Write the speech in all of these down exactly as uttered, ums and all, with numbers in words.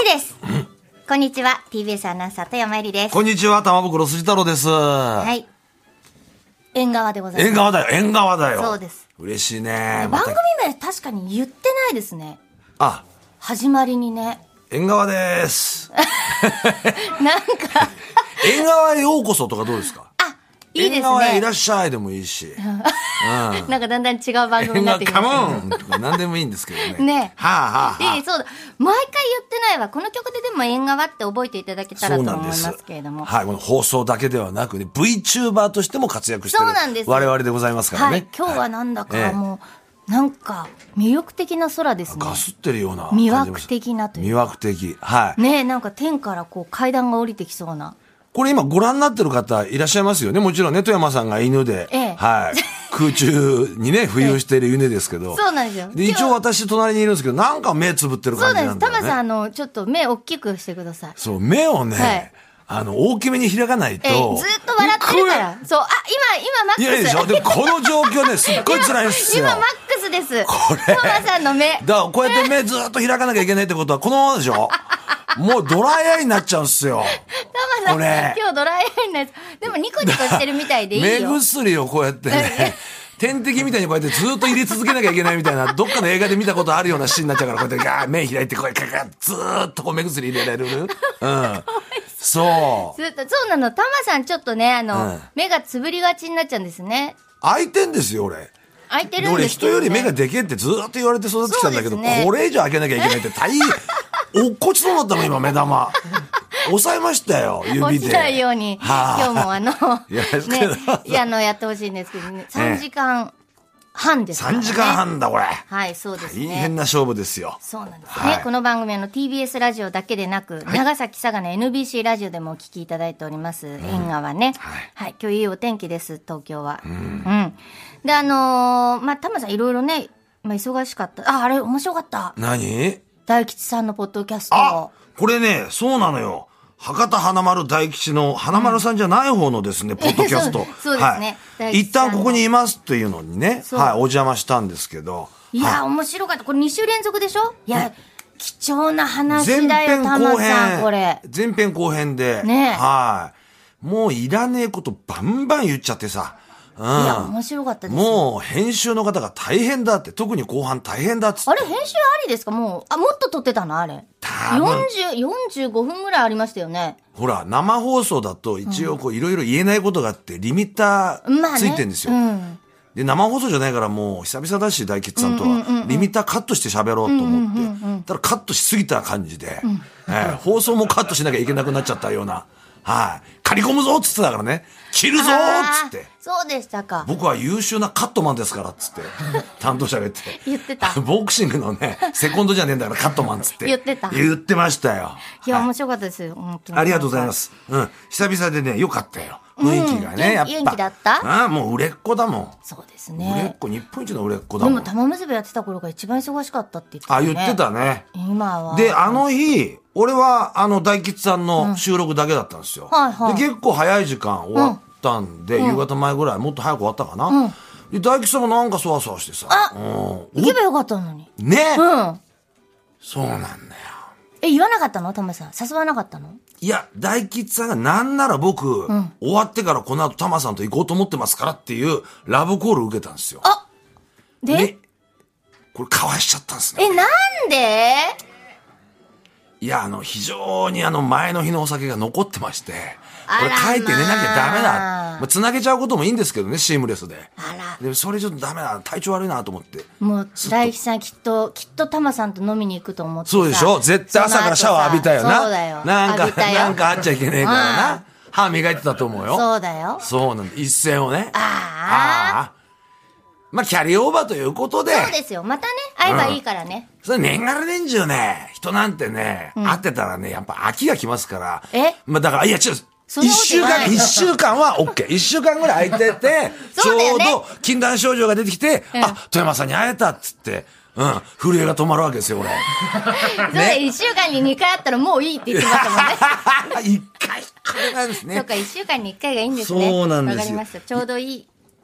です、うん、こんにちは ティービーエス アナウンサー富山えりです。 こんにちは玉袋筋太郎です。 はい、縁側でございます。 縁側だよ縁側だよ。 そうです。 嬉しいね。 番組名確かに言ってないですね。 あ、 始まりにね、 縁側ですなんか縁側へようこそとかどうですか。 あ、いいですね。 縁側へいらっしゃいでもいいし、うん、 なんかだんだん違う番組になってきました、ね、 カモンとか何でもいいんですけどね。 ね、 はあはあはあ、 いい、そうだ、毎回言ってないわ。この曲ででも縁側って覚えていただけたらと思いますけれども、 はい、この放送だけではなくね、 VTuber としても活躍してる我々でございますからね、 はい、今日はなんだかもう、はい、なんか魅力的な空ですね。 ガスってるような魅惑的なという魅惑的、はいね、なんか天からこう階段が降りてきそうな。 これ今ご覧になってる方いらっしゃいますよね。もちろんね、富山さんが犬で、ええ、はい、空中にね浮遊している犬ですけど、 そうなんですよ。 で一応私隣にいるんですけど、なんか目つぶってる感じなんだよね。 そうなんです。タマさん、あのちょっと目大きくしてください。 そう、目をね、はい、あの大きめに開かないと、ええ、ずっと笑ってるから。そう、あ、今今マックス。 いやいやでしょ。でこの状況ね、すっごい辛いんですよ。 今マックスです。 これタマさんの目だからこうやって目ずっと開かなきゃいけないってことはこのままでしょもうドライアイになっちゃうんすよ。 タマさん今日ドライアイになっちゃう。でもニコニコしてるみたいでいいよ。 目薬をこうやってね点滴みたいにこうやってずっと入れ続けなきゃいけないみたいな、どっかの映画で見たことあるようなシーンになっちゃうから、こうやってガー目開いてこうやってずーっとこう目薬入れられる。うん。そう。 そうなの。タマさんちょっとね、あの、うん、目がつぶりがちになっちゃうんですね。 開いてんですよ、俺。 開いてるんですけど、ね、 俺人より目がでけえってずーっと言われて育ってきたんだけど、ね、これ以上開けなきゃいけないって大変、落っこちそうだったもん、今目玉。押さえましたよ、指で。 落ちないように、はあ、今日もあの、 ね、 いや、あの、やってほしいんですけどね、さんじかんはんですからね。 さんじかんはんだ、これ。 はい、そうですね。 大変な勝負ですよ。 そうなんですね。はい、この番組、あの、ティービーエス ラジオだけでなく、はい、長崎佐賀の エヌビーシー ラジオでもお聞きいただいております、うん、縁側ね。はい。はい、今日いいお天気です、東京は。うん。うん、で、あのー、まあ、タマさんいろいろね、まあ、忙しかった。あ、あれ、面白かった。 何？ 大吉さんのポッドキャスト。 あ、これね、そうなのよ。博多華丸大吉の華丸さんじゃない方のですね、うん、ポッドキャスト。 そうですね。 はい、一旦ここにいますっていうのにね、はい、お邪魔したんですけど。 いや、はい、面白かった。これに週連続でしょ？いや、貴重な話だよ、タマさん、これ。 前編後編で。ね。はい。もういらねえことバンバン言っちゃってさ。うん、いや、 面白かったです。 もう編集の方が大変だって、特に後半大変だっつって。 あれ、編集ありですか？もう、あ、もっと撮ってたのあれ。 多分よんじゅう、よんじゅうごふんぐらいありましたよね。 ほら、生放送だと一応こういろいろ言えないことがあって、リミッターついてんですよ。まあね、うん、で、生放送じゃないからもう久々だし、大吉さんとは、うんうんうんうん、リミッターカットして喋ろうと思って、うんうんうんうん、ただカットしすぎた感じで、うんえー、放送もカットしなきゃいけなくなっちゃったような。はい。刈り込むぞっつってたからね。切るぞっつって。 そうでしたか。 僕は優秀なカットマンですからっつって。担当者が言って。 言ってた。 ボクシングのね、セコンドじゃねえんだからカットマンっつって。 言ってた。 言ってましたよ。 いや、はい、面白かったですよ。本当に。 ありがとうございます。うん。久々でね、よかったよ。雰囲気がね、うん、やっぱ。 元気だった？ ああ、もう売れっ子だもん。 そうですね。 売れっ子、日本一の売れっ子だもん。 でも玉結びやってた頃が一番忙しかったって言ってたね。 あ、言ってたね。 今は。 で、あの日、俺は、あの、大吉さんの収録だけだったんですよ。うんはいはい、で、結構早い時間終わったんで、うん、夕方前ぐらい、もっと早く終わったかな。うん、で、大吉さんもなんかそわそわしてさ。 あ、うん、行けばよかったのに。 ね。 うん。 そうなんだよ。 え、言わなかったの？タマさん。誘わなかったの？ いや、大吉さんがなんなら僕、うん、終わってからこの後タマさんと行こうと思ってますからっていうラブコールを受けたんですよ。 あで、ね、 これかわしちゃったんですね。 え、なんで？ いや、あの、非常にあの、前の日のお酒が残ってまして、これ帰って寝なきゃダメだ。まあ、つなげちゃうこともいいんですけどね、シームレスで。 あら。 でもそれちょっとダメだ。体調悪いなと思って。 もう、大吉さんきっと、きっとタマさんと飲みに行くと思ってさ。 そうでしょ？絶対朝からシャワー浴びたよな。 そうだよ。 なんか、なんかあっちゃいけねえからな。歯磨いてたと思うよ。 そうだよ。 そうなんだ。一線をね。 ああ。 ああ。まあ、キャリーオーバーということで。 そうですよ。またね、会えばいいからね。 うん、それ年がら年中ね、人なんてね、うん、会ってたらね、やっぱ飽きがきますから。 えまあ、だから、いや、違う。一週間、一週間は OK。一週間ぐらい空いてて、ちょうど禁断症状が出てきて、うん、あ、富山さんに会えたっつって、うん、震えが止まるわけですよ、俺。 それ一週間ににかいあったらもういいって言ってましたもんね。 一回、これなんですね。 そうか、一週間に一回がいいんですね。 そうなんですよ。 わかりました。ちょうどいい。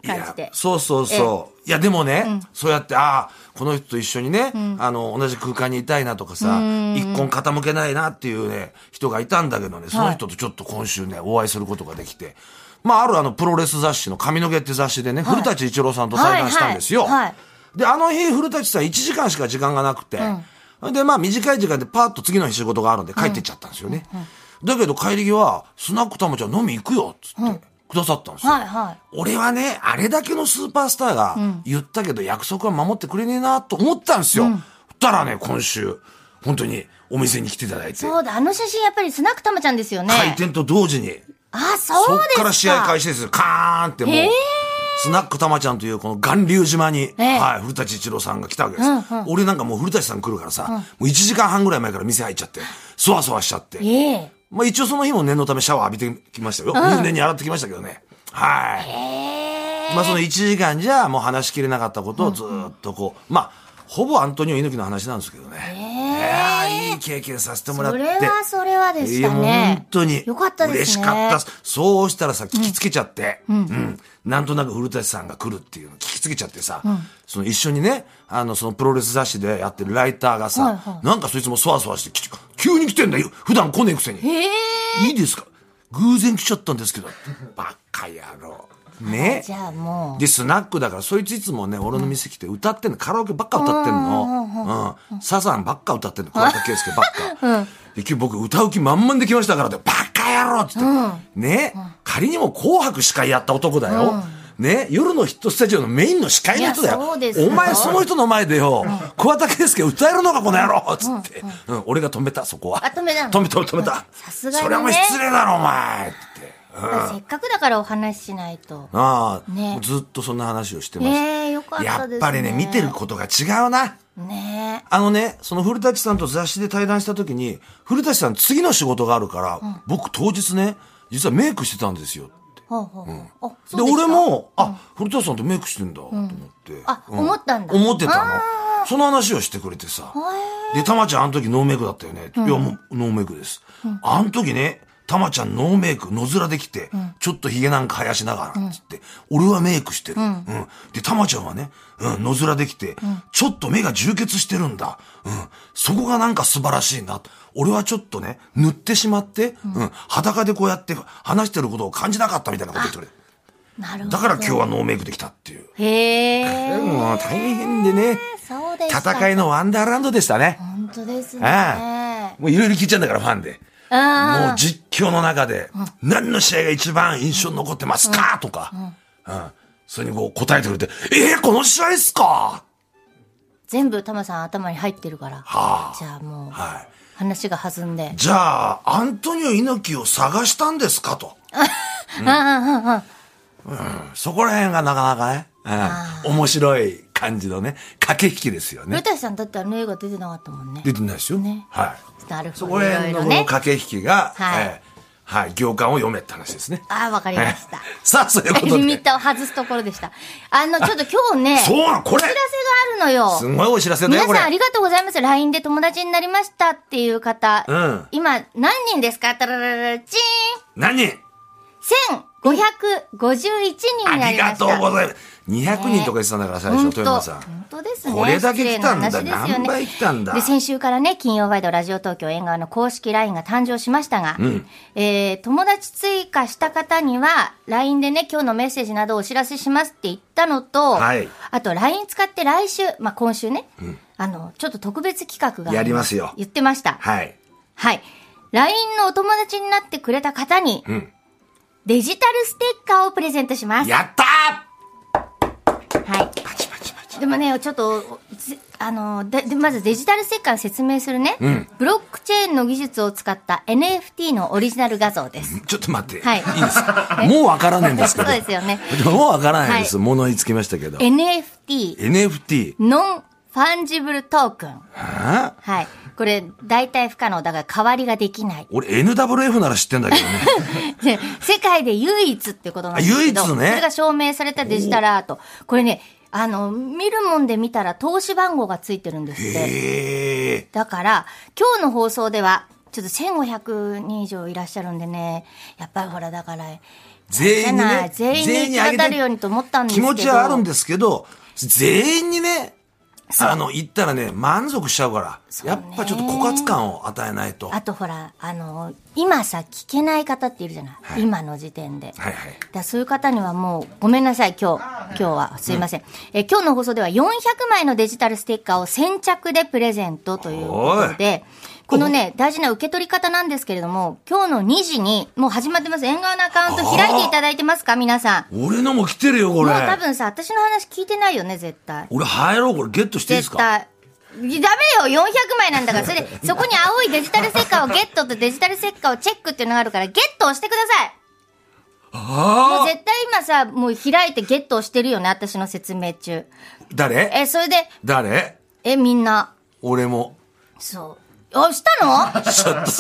感じで。 そうそうそう。いや、でもね、うん、そうやって、ああ、この人と一緒にね、うん、あの、同じ空間にいたいなとかさ、一本傾けないなっていうね、人がいたんだけどね、その人とちょっと今週ね、お会いすることができて、まあ、あるあの、プロレス雑誌の髪の毛って雑誌でね、はい、古舘一郎さんと対談したんですよ。はいはいはい、で、あの日、古舘さんいちじかんしか時間がなくて、うん、で、まあ、短い時間でパーッと次の日仕事があるんで帰ってっちゃったんですよね。うんうんうん、だけど帰り際、スナックたまちゃん飲み行くよ、つって。うんくださったんですよ、はいはい、俺はねあれだけのスーパースターが言ったけど、うん、約束は守ってくれねえなと思ったんですよ、うん、たらね今週本当にお店に来ていただいてそうだあの写真やっぱりスナックたまちゃんですよね開店と同時にあそうですかそっから試合開始ですよカーンってもうスナックたまちゃんというこの巌流島に、えーはい、古舘一郎さんが来たわけです、うんうん、俺なんかもう古舘さん来るからさ、うん、もういちじかんはんぐらい前から店入っちゃってそわそわしちゃって、えーまあ、一応その日も念のためシャワー浴びてきましたよ、うん、念に洗ってきましたけどねはい。まあそのいちじかんじゃもう話しきれなかったことをずっとこう、まあほぼアントニオ猪木の話なんですけどね。えー、いい経験させてもらって。 それはそれはでしたね。 本当に。 よかったですね。 嬉しかった。そうしたらさ、聞きつけちゃって、うん。うん、なんとなく古舘さんが来るっていうの聞きつけちゃってさ、うん、その一緒にね、あのそのプロレス雑誌でやってるライターがさ、はいはい、なんかそいつもそわそわして、急に来てんだよ。普段来ねえくせに。 えー、 いいですか偶然来ちゃったんですけど。バカ野郎。ね。 じゃあもう。 で、スナックだから、そいついつもね、俺の店来て歌ってんの。カラオケばっか歌ってんの。うん。サザンばっか歌ってんの。桑田佳祐ばっか。うん。で、今日僕歌う気満々で来ましたからって、バカ野郎って言って。うん、ね、うん。仮にも紅白司会やった男だよ。うん、ね。夜のヒットスタジオのメインの司会の人だよ。そうですお前その人の前でよ、桑田佳祐歌えるのかこの野郎つって、うん。うん。俺が止めた、そこは。 あ、止めたの止めた、止めた。 さすがにね。 それはもう失礼だろ、お前って。 うん、せっかくだからお話ししないと。 ああ、ね、ずっとそんな話をしてました。 ええ、よかったですね。 やっぱりね、見てることが違うな。 ねえ。 あのね、その古舘さんと雑誌で対談した時に、古舘さん次の仕事があるから、うん、僕当日ね、実はメイクしてたんですよって。ほうほううん、で俺も、あ、うん、古舘さんとメイクしてんだと思って。うん、 あ、うん、思ったんだ。 思ってたの。その話をしてくれてさ。で、たまちゃんあの時ノーメイクだったよね。うん、いや、もうノーメイクです。うん、あの時ね、たまちゃんノーメイク、野面できて、うん、ちょっとヒゲなんか生やしながら、つって、うん、俺はメイクしてる。うん。うん、で、たまちゃんはね、うん、野面できて、うん、ちょっと目が充血してるんだ。うん。そこがなんか素晴らしいな。俺はちょっとね、塗ってしまって、うん、うん、裸でこうやって話してることを感じなかったみたいなこと言ってくれる。 なるほど。 だから今日はノーメイクできたっていう。 へー。 もう大変でね。 そうでした。 戦いのワンダーランドでしたね。 本当ですね。 ああもういろいろ聞いちゃうんだからファンで。もう実況の中で、うん、何の試合が一番印象に残ってますか、うん、とか、うんうん、それにこう答えてくれて、えー、この試合っすか全部タマさん頭に入ってるから。はあ、じゃあもう、はい、話が弾んで。 じゃあ、アントニオ猪木を探したんですかと。うんうん、そこら辺がなかなかね、うん、面白い感じのね、駆け引きですよね。 古舘さんだってあの映画出てなかったもんね。 出てないですよ。ね、はい。 なるほど。 そこら辺のこの駆け引きが、はい、えーはい、行間を読めって話ですね。 ああ、わかりました。 さあ、そういうことで。 リミッターを外すところでした。あの、ちょっと今日ね、 そうなの、これ。 お知らせがあるのよ。 すごいお知らせだよ、これ。 皆さんありがとうございます。ライン で友達になりましたっていう方。うん。今、何人ですかタララララチーン。 何人 ? せんごひゃくごじゅういちにんになりました。 ありがとうございます。にひゃくにんとか言ってたんだから、最初、豊山さん。 本当ですね。 これだけ来たんだ。何倍来たんだ。 で、先週からね、金曜ワイドラジオ東京縁側の公式 ライン が誕生しましたが、うん、えー、友達追加した方には、ライン でね、今日のメッセージなどをお知らせしますって言ったのと、はい、あと ライン 使って来週、まあ、今週ね、うん、あの、ちょっと特別企画がやりますよ。 言ってました。 はい。 はい。ライン のお友達になってくれた方に、うん、デジタルステッカーをプレゼントします。 やったーはい。パチパチパチ。でもね、ちょっと、あの、で、でまずデジタルステッカーを説明するね、うん。ブロックチェーンの技術を使った エヌエフティー のオリジナル画像です。 ちょっと待って。はい。いいですかもうわからないんですけど。 そうですよね。 もうわからないです。はい、物言いつきましたけど。 エヌエフティー。 エヌエフティー。 ノンファンジブルトークン。 はぁ、 はい。これ、大体不可能だから代わりができない。 俺 エヌダブリューエフ なら知ってんだけどね。世界で唯一ってことなんですけど。唯一ね。それが証明されたデジタルアート。これね、あの、見るもんで見たら投資番号がついてるんですって。へー。だから、今日の放送では、ちょっとせんごひゃくにん以上いらっしゃるんでね、やっぱりほら、だから、 全員にね。 全員に行き渡るようにと思ったんですけど。 気持ちはあるんですけど、全員にね、あの、行ったらね、満足しちゃうから、やっぱちょっと枯渇感を与えないと。 あとほら、あの、今さ、聞けない方っているじゃない、はい、今の時点で。はいはい。だそういう方にはもう、ごめんなさい、今日、今日は、すいません。うん、え今日の放送ではよんひゃくまいのデジタルステッカーを先着でプレゼントということで、このね、大事な受け取り方なんですけれども、今日のにじに、もう始まってます。縁側のアカウント開いていただいてますか皆さん。 俺のも来てるよ、これ。 もう多分さ、私の話聞いてないよね、絶対。 俺入ろう、これゲットしていいですか？ 絶対。ダメよ、よんひゃくまいなんだから。それで、そこに青いデジタルステッカーをゲットとデジタルステッカーをチェックっていうのがあるから、ゲットをしてください。ああ。もう絶対今さ、もう開いてゲットをしてるよね、私の説明中。 誰？ え、それで。 誰？ え、みんな。 俺も。 そう。あ、したの？信じられない !さんびゃくきゅ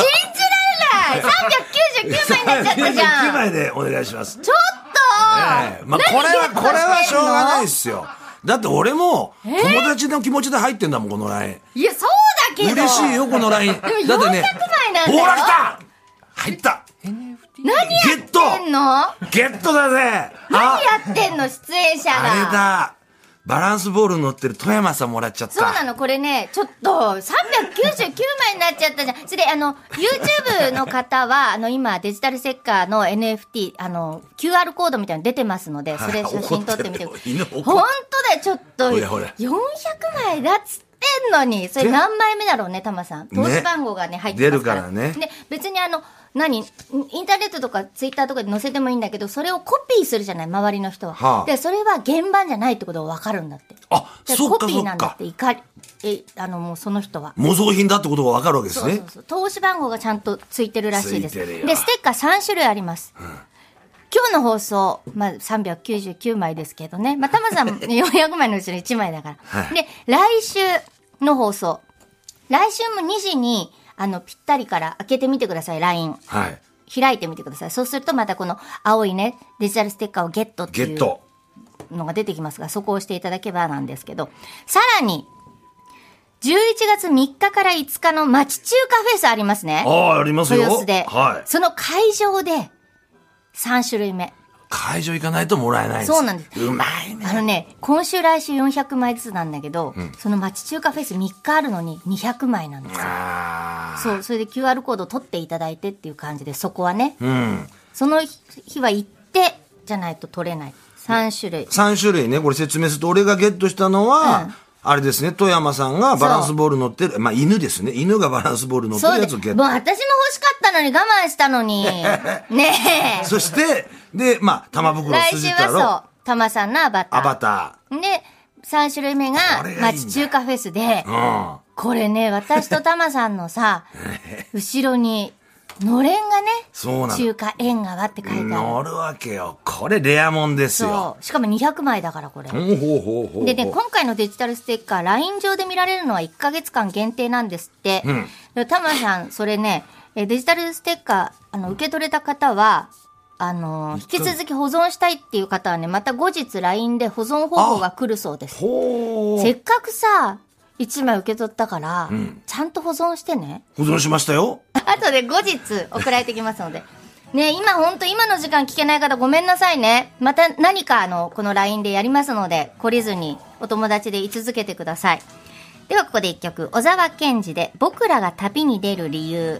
うじゅうきゅうまいになっちゃったじゃん。さんびゃくきゅうじゅうきゅうまいでお願いします。 ちょっと、 ええ、まあ、これは、これはしょうがないっすよ。だって俺も友達の気持ちで入ってんだもん、この ライン。 いや、そうだけど。 嬉しいよ、この ライン。だってね。 よんひゃくまいなんだよ。 ほら来た入った何やってんの？ ゲットだぜ。 何やってんの出演者が。 あれだ。バランスボール乗ってる富山さんもらっちゃった。 そうなの、これね、ちょっと、さんびゃくきゅうじゅうきゅうまいになっちゃったじゃん。それで、あの、YouTube の方は、あの、今、デジタルステッカーの エヌエフティー、あの、キューアール コードみたいなの出てますので、それ写真撮ってみて。本当だよ、ちょっと、よんひゃくまいだっつってんのに、それ何枚目だろうね、タマさん。投資番号がね、入ってますから。 出るからね。 で、別にあの、何インターネットとかツイッターとかで載せてもいいんだけど、それをコピーするじゃない、周りの人は。はあ、で、それは原版じゃないってことが分かるんだって。 あ、そうかそうか。 コピーなんだって、いかり、え、あの、もうその人は。 模造品だってことが分かるわけですね。 そうそうそう。投資番号がちゃんとついてるらしいです。で、ステッカーさんしゅるいあります。うん、今日の放送、まあ、さんびゃくきゅうじゅうきゅうまいですけどね。まあ、タマさんよんひゃくまいのうちのいちまいだから。はい、で、来週の放送。来週もにじに、あの、ぴったりから開けてみてください、ライン。はい。開いてみてください。そうするとまたこの青いね、デジタルステッカーをゲットっていうのが出てきますが、そこを押していただけばなんですけど、さらに、じゅういちがつみっかからいつかの町中華フェスありますね。 ああ、ありますよ。 豊洲で。 はい。 その会場でさんしゅるいめ。 会場行かないともらえないです。 そうなんです。 うまいね。 あのね、今週来週よんひゃくまいずつなんだけど、うん、その町中華フェスみっかあるのににひゃくまいなんですよ。あそう、それで キューアール コード取っていただいてっていう感じで、そこはね、うん、その日は行ってじゃないと取れない。さんしゅるい。 さんしゅるいね、これ説明すると、俺がゲットしたのは、うん、あれですね、富山さんがバランスボール乗ってる、まあ犬ですね。犬がバランスボール乗ってるやつをゲット。 もう私も欲しかったのに我慢したのに。ねえ。 そして、で、まあ、玉袋筋太郎。 来週はそう、玉さんのアバター。 アバター。で、さんしゅるいめが町中華フェスで、うん、これね、私と玉さんのさ、後ろに、のれんがね、そうな中華縁側って書いてある。 乗るわけよ。これレアもんですよ。そう。しかもにひゃくまいだからこれ。ほうほうほうほう。でね、今回のデジタルステッカー、ライン 上で見られるのはいっかげつかん限定なんですって。うん。タマさん、それね、デジタルステッカー、あの、受け取れた方は、あの、引き続き保存したいっていう方はね、また後日 ライン で保存方法が来るそうです。ほー。せっかくさ、いちまい受け取ったから、うん、ちゃんと保存してね。 保存しましたよ。 あとで後日送られてきますので。ね、今ほんと今の時間聞けない方ごめんなさいね。また何かあの、この ライン でやりますので、懲りずにお友達で居続けてください。ではここで一曲、小沢健二で僕らが旅に出る理由。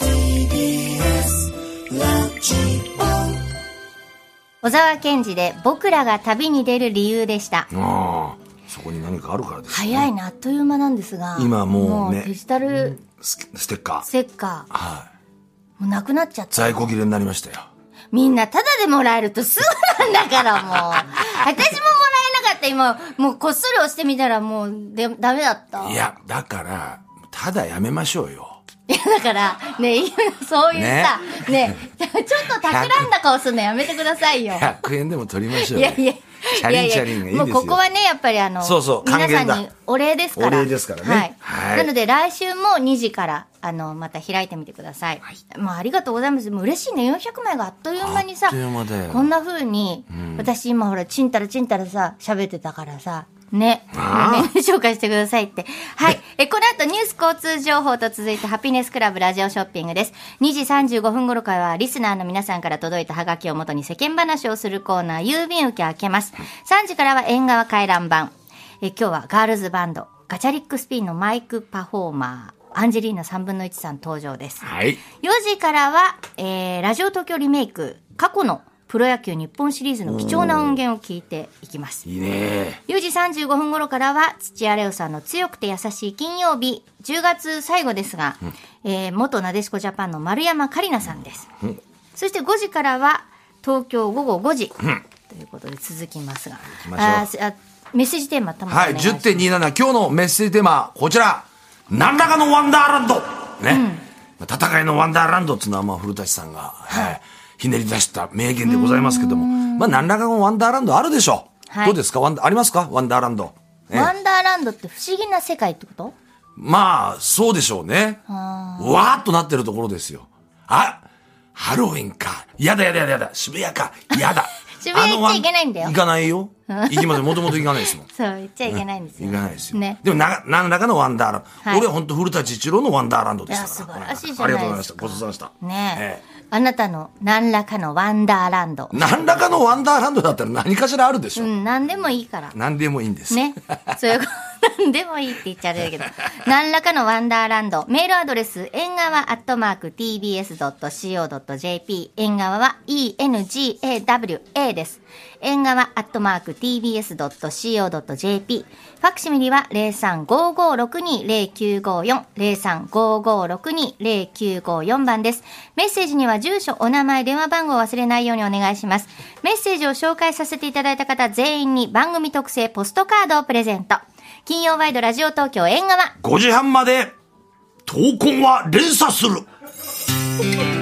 小沢健二で僕らが旅に出る理由でした。ああ。そこに何かあるからですね。早いな、あっという間なんですが。 今もうね。 もうデジタルステッカー。 ステッカー。はい。もうなくなっちゃった。 在庫切れになりましたよ。 みんなタダでもらえるとすぐなんだからもう。私ももらえなかった今、もうこっそり押してみたらもうでダメだった。 いや、だから、ただやめましょうよ。 いや、だから、ね、そういうさ、ね、ねちょっと企んだ顔するのやめてくださいよ。 ひゃくえんでも取りましょうよ。 いやいや。 チャリンチャリンがいいですよ。 もうここはね、やっぱりあの、 そうそう、 皆さんにお礼ですから。 お礼ですからね。 はい。はい、なので来週もにじからあの、また開いてみてください。はい、もうありがとうございます。もう嬉しいね。よんひゃくまいがあっという間にさ、こんな風に、うん、私今ほら、ちんたらちんたらさ、喋ってたからさ、ね。メール紹介してくださいって。はい。え、この後ニュース交通情報と続いてハピネスクラブラジオショッピングです。にじさんじゅうごふん頃からはリスナーの皆さんから届いたハガキをもとに世間話をするコーナー、郵便受け開けます。さんじからは縁側回覧版。え、今日はガールズバンド、ガチャリックスピンのマイクパフォーマー、アンジェリーナさんぶんのいちさん登場です。 はい。 よじからは、えー、ラジオ東京リメイク、過去のプロ野球日本シリーズの貴重な音源を聞いていきます。 いいね。 よじさんじゅうごふん頃からは土屋レオさんの強くて優しい金曜日、じゅうがつ最後ですが、うん、えー、元なでしこジャパンの丸山桂里奈さんです、うん、そしてごじからは東京午後ごじ、うん、ということで続きますが、ああメッセージテーマたまはい、じゅってんにじゅうなな、今日のメッセージテーマこちら、何らかのワンダーランドね、うん、戦いのワンダーランドっていうのはまあ古舘さんが、はい、ひねり出した名言でございますけども、まあ何らかのワンダーランドあるでしょう、はい、どうですか、ワンダありますかワンダーランド、 ね、ワンダーランドって不思議な世界ってこと？ まあそうでしょうね。わーっとなってるところですよ。あ、ハロウィンか、やだやだやだやだ、渋谷か、やだ渋谷行っちゃいけないんだよ。 行かないよ。行きません。もともと行かないですもん。 そう、行っちゃいけないんですよ。 行かないですよ。 ね。 でもな、何らかのワンダーランド。はい、俺は本当古舘一郎のワンダーランドでしたから。いや、素晴らしいじゃないですか。ありがとうございました。 ごちそうさまでした。 ねえ。ええ、あなたの何らかのワンダーランド。 何らかのワンダーランドだったら何かしらあるでしょ。 うん、何でもいいから。 何でもいいんです。 ね。そういうこと。何でもいいって言っちゃうけど。何らかのワンダーランド。メールアドレス、縁側アットマーク ティービーエスドットシーオードットジェーピー。縁側は イーエヌジーエーダブリューエー です。縁側アットマーク ティービーエスドットシーオードットジェーピー。ファクシミリは ゼロさんごーごーろくにーゼロきゅうごーよん。ゼロさんごーごーろくにーゼロきゅうごーよん 番です。メッセージには住所、お名前、電話番号を忘れないようにお願いします。メッセージを紹介させていただいた方全員に番組特製ポストカードをプレゼント。金曜ワイドラジオ東京縁側ごじはんまで闘魂は連鎖する